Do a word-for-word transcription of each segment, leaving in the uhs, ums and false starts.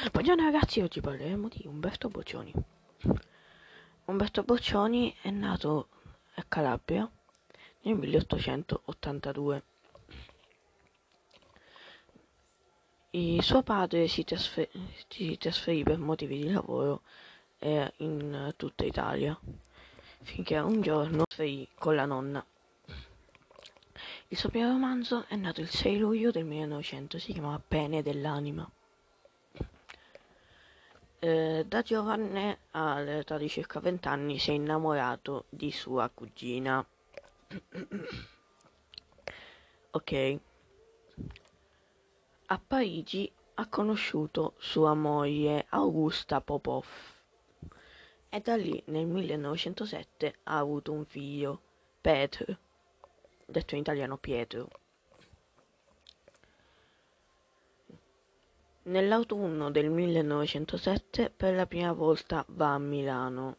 Buongiorno ragazzi, oggi parleremo di Umberto Boccioni. Umberto Boccioni è nato a Calabria nel milleottocentottantadue. E suo padre si, trasfer- si trasferì per motivi di lavoro eh, in tutta Italia, finché un giorno si trasferì con la nonna. Il suo primo romanzo è nato il sei luglio del millenovecento, si chiamava Pene dell'anima. Eh, da giovane, all'età di circa venti anni, si è innamorato di sua cugina. Ok. A Parigi ha conosciuto sua moglie Augusta Popov e da lì nel millenovecentosette ha avuto un figlio, Petr, detto in italiano Pietro. Nell'autunno del millenovecentosette per la prima volta va a Milano,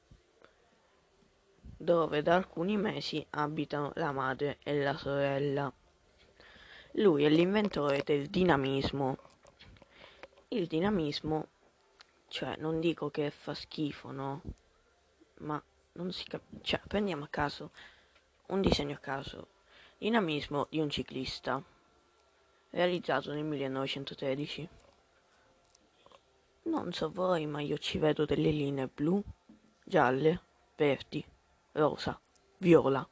dove da alcuni mesi abitano la madre e la sorella. Lui è l'inventore del dinamismo. Il dinamismo, cioè, non dico che fa schifo, no? Ma non si capisce. Cioè, prendiamo a caso un disegno a caso. Dinamismo di un ciclista, realizzato nel millenovecentotredici. Non so voi, ma io ci vedo delle linee blu, gialle, verdi, rosa, viola.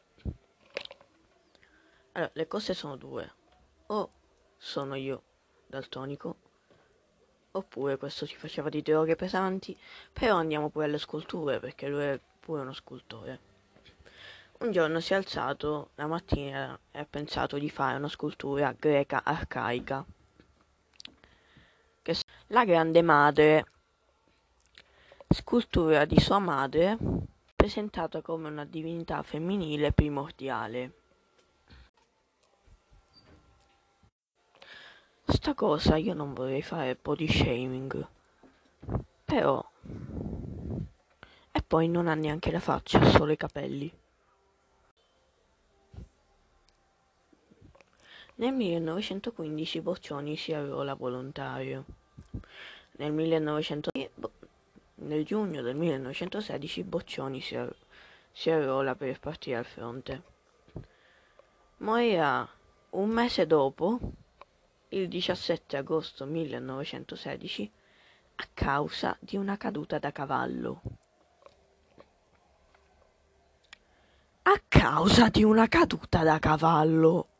Allora, le cose sono due. O sono io daltonico, oppure questo ci faceva di droghe pesanti, però andiamo pure alle sculture, perché lui è pure uno scultore. Un giorno si è alzato la mattina e ha pensato di fare una scultura greca arcaica, che è la Grande Madre, scultura di sua madre, presentata come una divinità femminile primordiale. Sta cosa io non vorrei fare body shaming, però... E poi non ha neanche la faccia, solo i capelli. Nel millenovecentoquindici Boccioni si arruola volontario. Nel, millenovecento... Nel giugno del millenovecentosedici Boccioni si, ar... si arruola per partire al fronte. Morirà un mese dopo, il diciassette agosto millenovecentosedici, a causa di una caduta da cavallo. A causa di una caduta da cavallo.